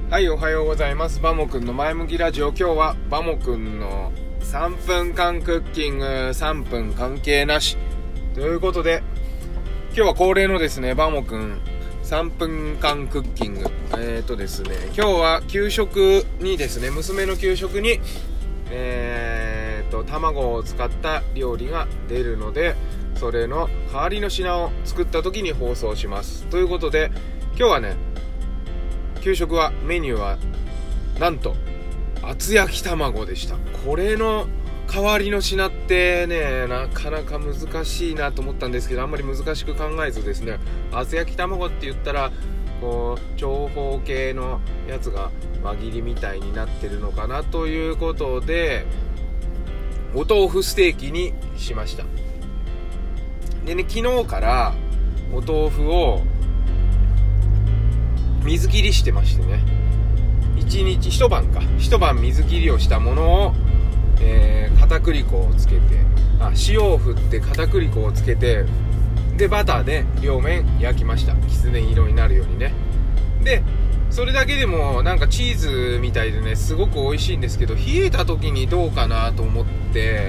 はい、おはようございます。バモくんの前向きラジオ。今日はバモくんの3分間クッキング、3分関係なしということで、今日は恒例のですね、バモくん3分間クッキング。ですね、今日は給食にですね、娘の給食に卵を使った料理が出るので、それの代わりの品を作った時に放送しますということで、今日はね、給食はメニューはなんと厚焼き卵でした。これの代わりの品ってね、なかなか難しいなと思ったんですけど、あんまり難しく考えずですね、厚焼き卵って言ったらこう長方形のやつが輪切りみたいになってるのかなということで、お豆腐ステーキにしました。でね、昨日からお豆腐を水切りしてましてね、一晩水切りをしたものを、片栗粉をつけて、塩を振って片栗粉をつけて、でバターで両面焼きました。きつね色になるようにね。でそれだけでもなんかチーズみたいでね、すごく美味しいんですけど、冷えた時にどうかなと思って、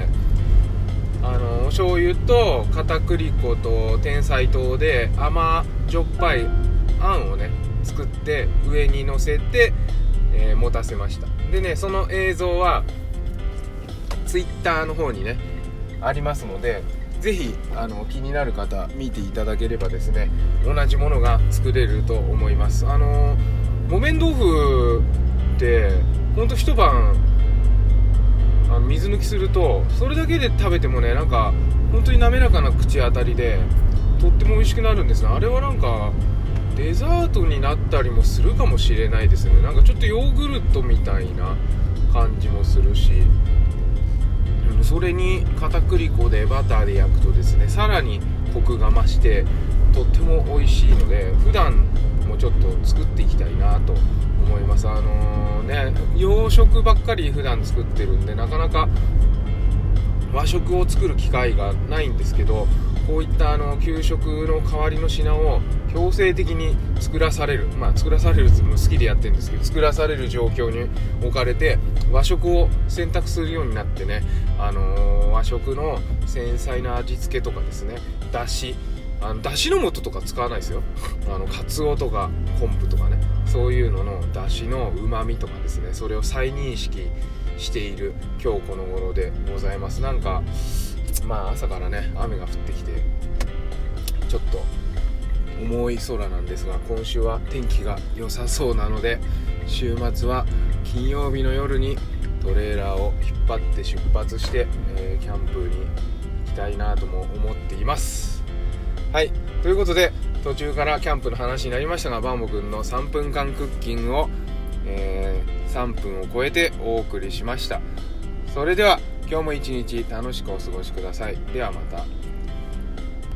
お醤油と片栗粉と甜菜糖で甘じょっぱいあんをね作って上に乗せて、持たせました。でね、その映像はツイッターの方にねありますので、ぜひ気になる方見ていただければですね、同じものが作れると思います。木綿豆腐ってほんと一晩水抜きすると、それだけで食べてもね、なんか本当に滑らかな口当たりでとっても美味しくなるんですね。あれはなんかデザートになったりもするかもしれないですね。なんかちょっとヨーグルトみたいな感じもするし、それに片栗粉でバターで焼くとですね、さらにコクが増してとっても美味しいので、普段もちょっと作っていきたいなと思います。洋食ばっかり普段作ってるんで、なかなか和食を作る機会がないんですけど、こういった給食の代わりの品を強制的に作らされる、作らされるも好きでやってるんですけど、作らされる状況に置かれて和食を選択するようになってね、和食の繊細な味付けとかですね、だしの素とか使わないですよ。カツオとか昆布とかね、そういうののだしの旨味とかですね、それを再認識している今日この頃でございます。なんか朝からね雨が降ってきてちょっと重い空なんですが、今週は天気が良さそうなので、週末は金曜日の夜にトレーラーを引っ張って出発して、キャンプに行きたいなとも思っています。はい、ということで途中からキャンプの話になりましたが、バーモくんの3分間クッキングを、3分を超えてお送りしました。それでは今日も一日楽しくお過ごしください。ではまた。